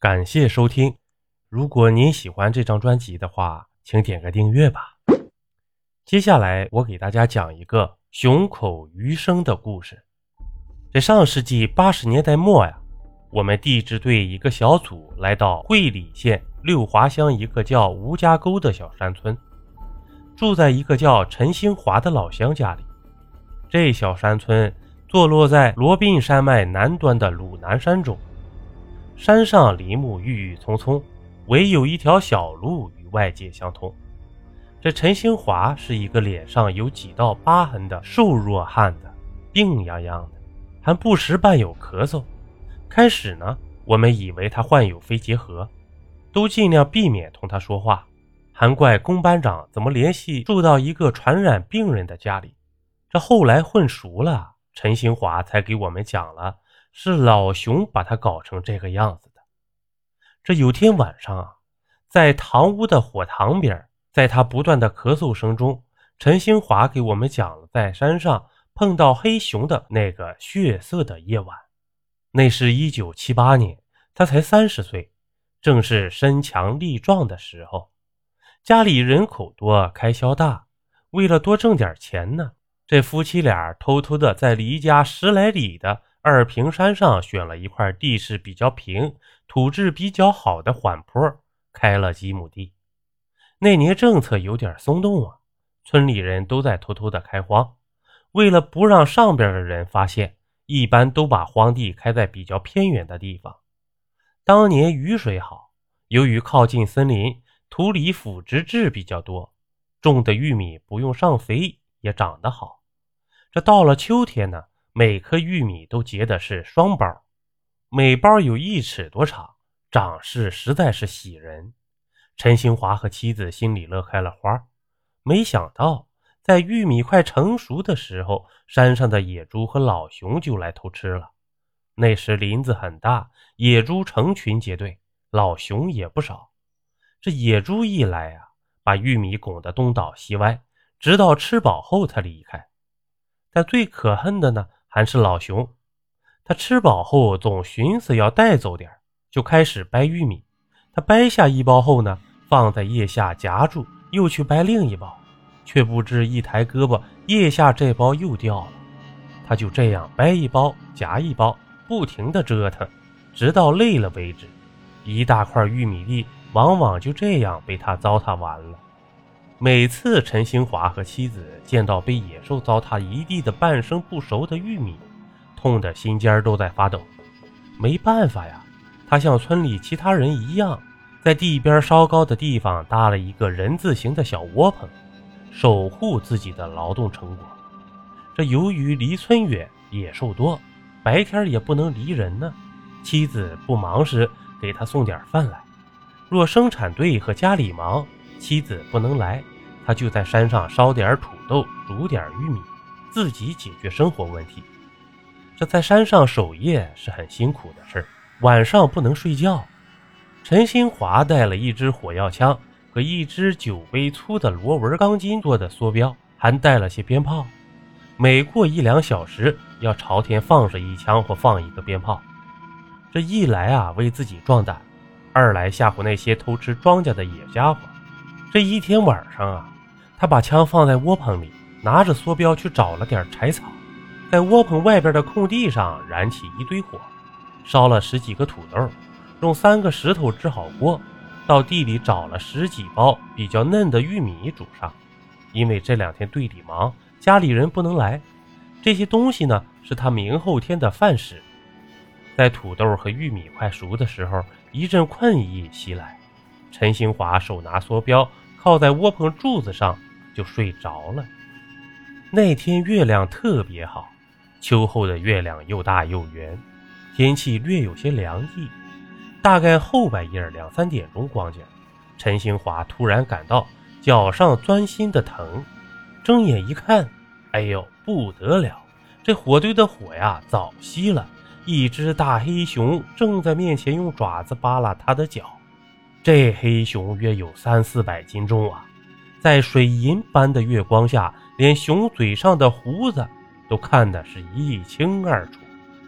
感谢收听。如果您喜欢这张专辑的话，请点个订阅吧。接下来我给大家讲一个熊口余生的故事。在上世纪80年代末呀，我们地质队一个小组来到会理县六华乡一个叫吴家沟的小山村，住在一个叫陈兴华的老乡家里。这小山村坐落在罗宾山脉南端的鲁南山中，山上林木郁郁葱葱，唯有一条小路与外界相通。这陈兴华是一个脸上有几道疤痕的瘦弱汉子，病殃殃的，还不时伴有咳嗽。开始呢，我们以为他患有肺结核，都尽量避免同他说话，还怪龚班长怎么联系住到一个传染病人的家里。这后来混熟了，陈兴华才给我们讲了是老熊把他搞成这个样子的。这有天晚上啊，在堂屋的火塘边，在他不断的咳嗽声中，陈兴华给我们讲了在山上碰到黑熊的那个血色的夜晚。那是1978年，他才30岁，正是身强力壮的时候。家里人口多，开销大，为了多挣点钱呢，这夫妻俩偷偷的在离家10来里的二平山上选了一块地势比较平、土质比较好的缓坡，开了几亩地。那年政策有点松动啊，村里人都在偷偷的开荒。为了不让上边的人发现，一般都把荒地开在比较偏远的地方。当年雨水好，由于靠近森林，土里腐殖质比较多，种的玉米不用上肥也长得好。这到了秋天呢，每颗玉米都结的是双包，每包有1尺多长，长势实在是喜人。陈兴华和妻子心里乐开了花，没想到在玉米快成熟的时候，山上的野猪和老熊就来偷吃了。那时林子很大，野猪成群结队，老熊也不少。这野猪一来啊，把玉米拱得东倒西歪，直到吃饱后才离开。但最可恨的呢，还是老熊。他吃饱后总寻思要带走点，就开始掰玉米。他掰下一包后呢，放在腋下夹住，又去掰另一包，却不知一抬胳膊，腋下这包又掉了。他就这样掰一包夹一包，不停地折腾，直到累了为止。一大块玉米地往往就这样被他糟蹋完了。每次陈兴华和妻子见到被野兽糟蹋一地的半生不熟的玉米，痛得心尖都在发抖。没办法呀，他像村里其他人一样，在地边稍高的地方搭了一个人字形的小窝棚，守护自己的劳动成果。这由于离村远，野兽多，白天也不能离人呢。妻子不忙时给他送点饭来，若生产队和家里忙，妻子不能来，他就在山上烧点土豆，煮点玉米，自己解决生活问题。这在山上守夜是很辛苦的事，晚上不能睡觉。陈兴华带了一支火药枪和一支9杯粗的螺纹钢筋做的梭镖，还带了些鞭炮。每过1、2小时要朝天放上一枪或放一个鞭炮。这一来啊，为自己壮胆；二来吓唬那些偷吃庄稼的野家伙。这一天晚上啊，他把枪放在窝棚里，拿着梭镖去找了点柴草，在窝棚外边的空地上燃起一堆火，烧了10几个土豆，用3个石头支好锅，到地里找了10几包比较嫩的玉米煮上。因为这2天队里忙，家里人不能来，这些东西呢是他明后天的饭食。在土豆和玉米快熟的时候，一阵困意袭来，陈兴华手拿梭镖靠在窝棚柱子上就睡着了。那天月亮特别好，秋后的月亮又大又圆，天气略有些凉意。大概后半夜2、3点钟光景，陈兴华突然感到脚上钻心的疼，睁眼一看，哎呦不得了，这火堆的火呀早熄了，一只大黑熊正在面前用爪子扒拉他的脚。这黑熊约有3、400斤重啊，在水银般的月光下，连熊嘴上的胡子都看得是一清二楚。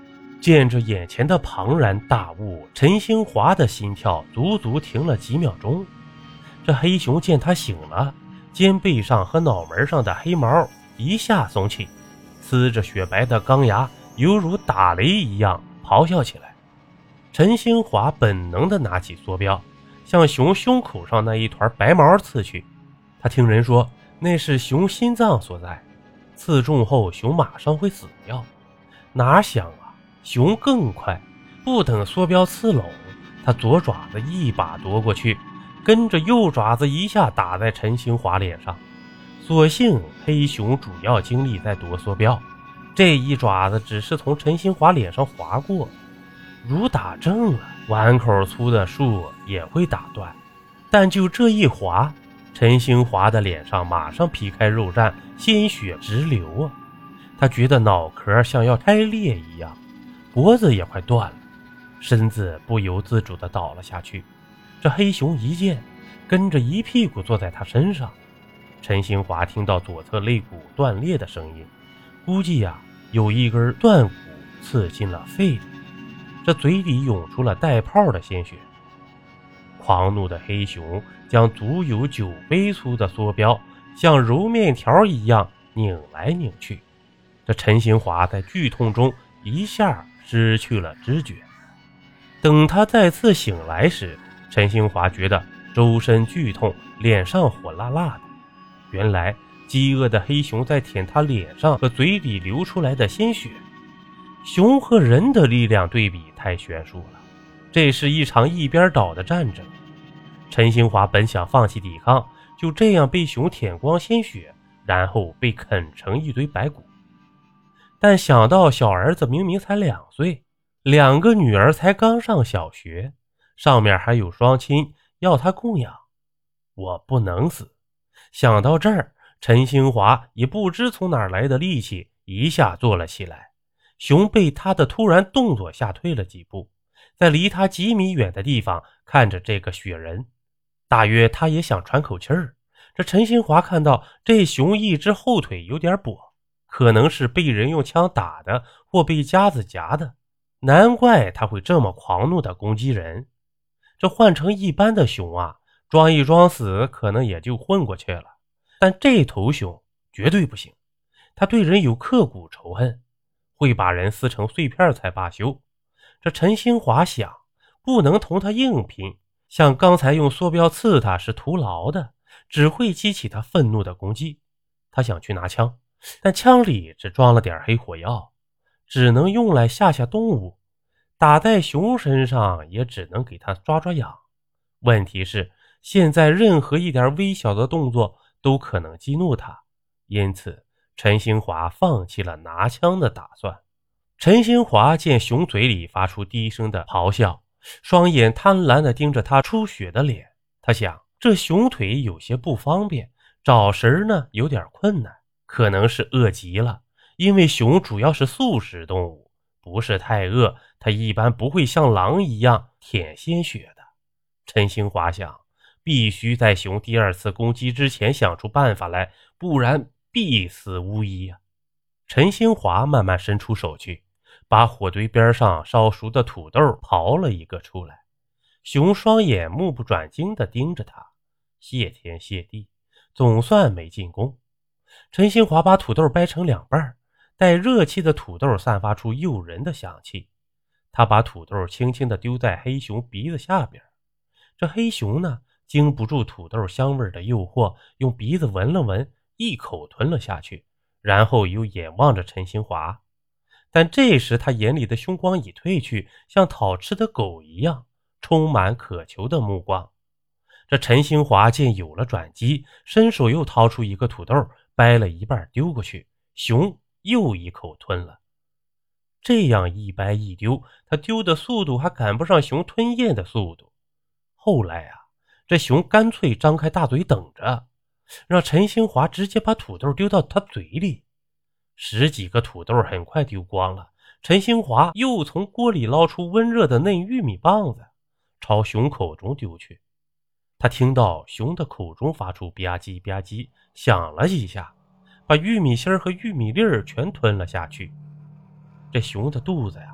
见着眼前的庞然大物，陈兴华的心跳足足停了几秒钟。这黑熊见他醒了，肩背上和脑门上的黑毛一下松起，呲着雪白的钢牙，犹如打雷一样咆哮起来。陈兴华本能地拿起梭镖，向熊胸口上那一团白毛刺去。他听人说那是熊心脏所在，刺中后熊马上会死掉。哪想啊，熊更快，不等梭镖刺拢，他左爪子一把夺过去，跟着右爪子一下打在陈兴华脸上。所幸黑熊主要精力在夺梭镖，这一爪子只是从陈兴华脸上划过，如打正了，碗口粗的树也会打断。但就这一划，陈兴华的脸上马上皮开肉绽，鲜血直流啊！他觉得脑壳像要开裂一样，脖子也快断了，身子不由自主地倒了下去。这黑熊一见，跟着一屁股坐在他身上。陈兴华听到左侧肋骨断裂的声音，估计有一根断骨刺进了肺里，这嘴里涌出了带泡的鲜血。狂怒的黑熊将足有酒杯粗的梭镖像揉面条一样拧来拧去。这陈兴华在剧痛中一下失去了知觉。等他再次醒来时，陈兴华觉得周身剧痛，脸上火辣辣的。原来饥饿的黑熊在舔他脸上和嘴里流出来的鲜血。熊和人的力量对比太悬殊了，这是一场一边倒的战争。陈兴华本想放弃抵抗，就这样被熊舔光鲜血，然后被啃成一堆白骨。但想到小儿子明明才2岁，2个女儿才刚上小学，上面还有双亲要他供养，我不能死。想到这儿，陈兴华也不知从哪儿来的力气，一下坐了起来。熊被他的突然动作吓退了几步，在离他几米远的地方看着这个雪人，大约他也想喘口气儿。这陈兴华看到这熊一只后腿有点跛，可能是被人用枪打的或被夹子夹的，难怪他会这么狂怒地攻击人。这换成一般的熊装一装死可能也就混过去了，但这头熊绝对不行，他对人有刻骨仇恨，会把人撕成碎片才罢休。这陈兴华想，不能同他硬拼，像刚才用梭镖刺他是徒劳的，只会激起他愤怒的攻击。他想去拿枪，但枪里只装了点黑火药，只能用来吓吓动物，打在熊身上也只能给他抓抓痒。问题是现在任何一点微小的动作都可能激怒他，因此陈兴华放弃了拿枪的打算。陈兴华见熊嘴里发出低声的咆哮，双眼贪婪地盯着他出血的脸，他想这熊腿有些不方便，找食呢有点困难，可能是饿极了，因为熊主要是素食动物，不是太饿，它一般不会像狼一样舔鲜血的。陈兴华想，必须在熊第2次攻击之前想出办法来，不然必死无疑啊。陈兴华慢慢伸出手去，把火堆边上烧熟的土豆刨了一个出来。熊双眼目不转睛地盯着他，谢天谢地，总算没进攻。陈兴华把土豆掰成2半，带热气的土豆散发出诱人的香气。他把土豆轻轻地丢在黑熊鼻子下边，这黑熊呢，经不住土豆香味的诱惑，用鼻子闻了闻，一口吞了下去，然后又眼望着陈兴华。但这时他眼里的凶光已褪去，像讨吃的狗一样，充满渴求的目光。这陈兴华见有了转机，伸手又掏出一个土豆，掰了一半丢过去，熊又一口吞了。这样一掰一丢，他丢的速度还赶不上熊吞咽的速度。后来这熊干脆张开大嘴等着，让陈兴华直接把土豆丢到他嘴里。10几个土豆很快丢光了，陈兴华又从锅里捞出温热的嫩玉米棒子，朝熊口中丢去。他听到熊的口中发出吧唧吧唧响了几下，把玉米芯和玉米粒儿全吞了下去。这熊的肚子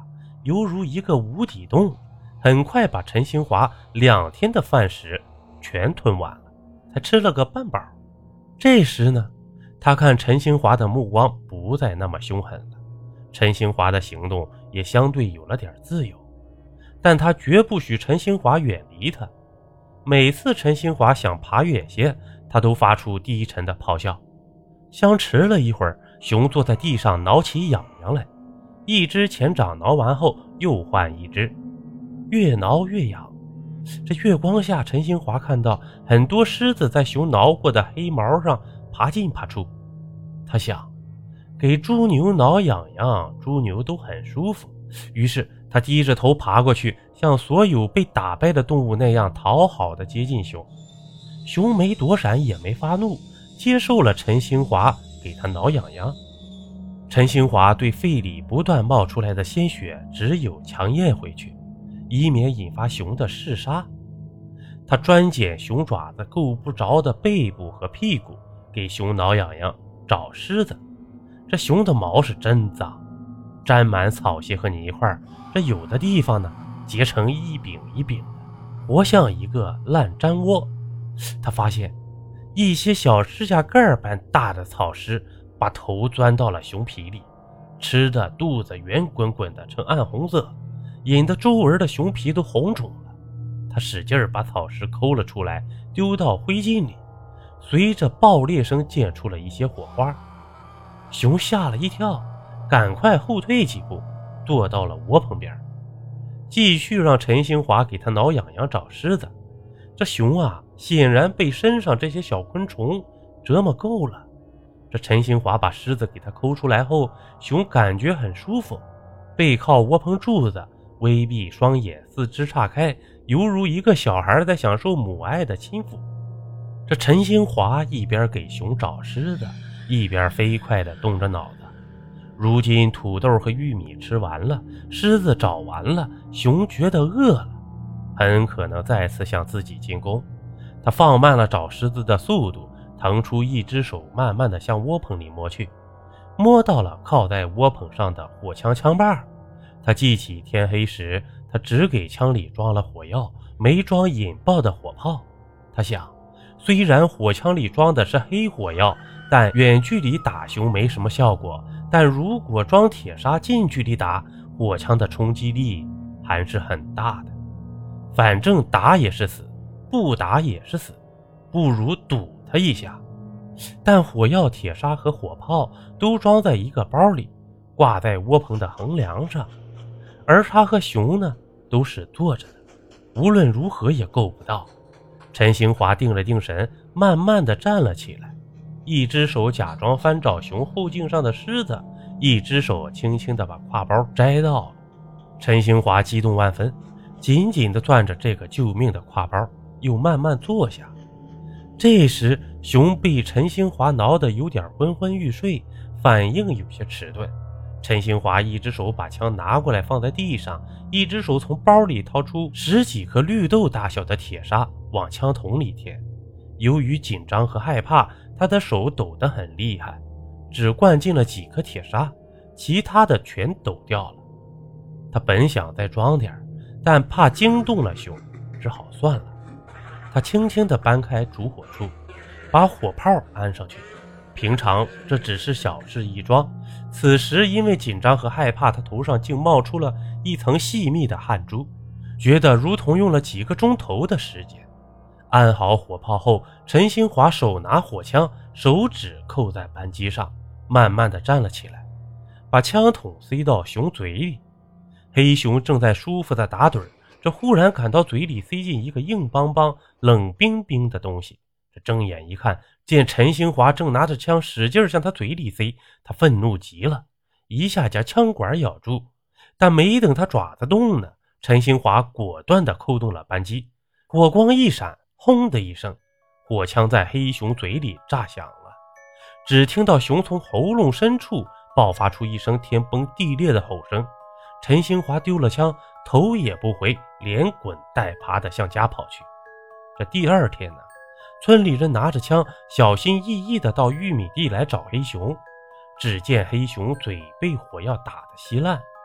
犹如一个无底洞，很快把陈兴华2天的饭食全吞完了，才吃了个半饱。这时呢，他看陈兴华的目光不再那么凶狠了，陈兴华的行动也相对有了点自由，但他绝不许陈兴华远离他。每次陈兴华想爬远些，他都发出低沉的咆哮。相持了一会儿，熊坐在地上挠起痒痒来，一只前掌挠完后又换一只，越挠越痒。这月光下，陈兴华看到很多虱子在熊挠过的黑毛上爬进爬出。他想，给猪牛挠痒痒，猪牛都很舒服。于是他低着头爬过去，像所有被打败的动物那样讨好地接近熊。熊没躲闪也没发怒，接受了陈兴华给他挠痒痒。陈兴华对肺里不断冒出来的鲜血只有强咽回去，以免引发熊的嗜杀。他专捡熊爪子够不着的背部和屁股，给熊挠痒痒找虱子。这熊的毛是真脏，沾满草屑和泥块，这有的地方呢结成一饼一饼的，活像一个烂毡窝。他发现一些小指甲盖般大的草虱把头钻到了熊皮里，吃的肚子圆滚滚的呈暗红色，引得周围的熊皮都红肿了。他使劲把草虱抠了出来，丢到灰烬里，随着爆裂声溅出了一些火花。熊吓了一跳，赶快后退几步，躲到了窝棚边，继续让陈兴华给他挠痒痒找虱子。这熊啊，显然被身上这些小昆虫折磨够了。这陈兴华把虱子给他抠出来后，熊感觉很舒服，背靠窝棚柱子，微闭双眼，四肢岔开，犹如一个小孩在享受母爱的亲抚。这陈兴华一边给熊找虱子，一边飞快地动着脑子。如今土豆和玉米吃完了，虱子找完了，熊觉得饿了，很可能再次向自己进攻。他放慢了找虱子的速度，腾出一只手，慢慢地向窝棚里摸去，摸到了靠在窝棚上的火枪枪把。他记起天黑时他只给枪里装了火药，没装引爆的火炮。他想，虽然火枪里装的是黑火药，但远距离打熊没什么效果，但如果装铁砂近距离打，火枪的冲击力还是很大的。反正打也是死，不打也是死，不如赌他一下。但火药、铁砂和火炮都装在一个包里，挂在窝棚的横梁上，而他和熊呢都是坐着的，无论如何也够不到。陈兴华定了定神，慢慢地站了起来，一只手假装翻找熊后颈上的虱子，一只手轻轻地把挎包摘到了。陈兴华激动万分，紧紧地攥着这个救命的挎包，又慢慢坐下。这时熊被陈兴华挠得有点昏昏欲睡，反应有些迟钝。陈兴华一只手把枪拿过来放在地上，一只手从包里掏出10几颗绿豆大小的铁砂往枪筒里填。由于紧张和害怕，他的手抖得很厉害，只灌进了几颗铁砂，其他的全抖掉了。他本想再装点，但怕惊动了熊，只好算了。他轻轻地搬开主火处，把火炮安上去。平常这只是小事一桩，此时因为紧张和害怕，他头上竟冒出了一层细密的汗珠，觉得如同用了几个钟头的时间。安好火炮后，陈兴华手拿火枪，手指扣在扳机上，慢慢地站了起来，把枪筒塞到熊嘴里。黑熊正在舒服地打盹，这忽然感到嘴里塞进一个硬邦邦、冷冰冰的东西。这睁眼一看，见陈兴华正拿着枪使劲向他嘴里塞，他愤怒极了，一下将枪管咬住。但没等他爪子动呢，陈兴华果断地扣动了扳机，火光一闪，轰的一声，火枪在黑熊嘴里炸响了。只听到熊从喉咙深处爆发出一声天崩地裂的吼声。陈兴华丢了枪，头也不回，连滚带爬地向家跑去。这第二天呢，村里人拿着枪，小心翼翼地到玉米地来找黑熊。只见黑熊嘴被火药打得稀烂，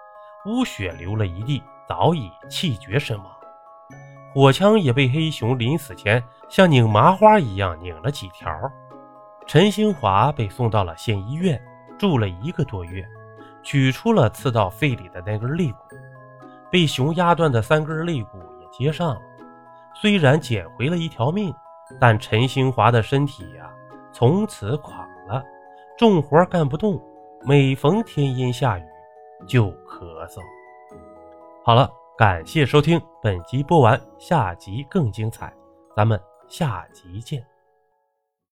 污血流了一地，早已气绝身亡。火枪也被黑熊临死前像拧麻花一样拧了几条。陈兴华被送到了县医院，住了1个多月，取出了刺到肺里的那根肋骨，被熊压断的3根肋骨也接上了。虽然捡回了一条命，但陈兴华的身体从此垮了，重活干不动，每逢天阴下雨就咳嗽。好了，感谢收听，本集播完，下集更精彩，咱们下集见。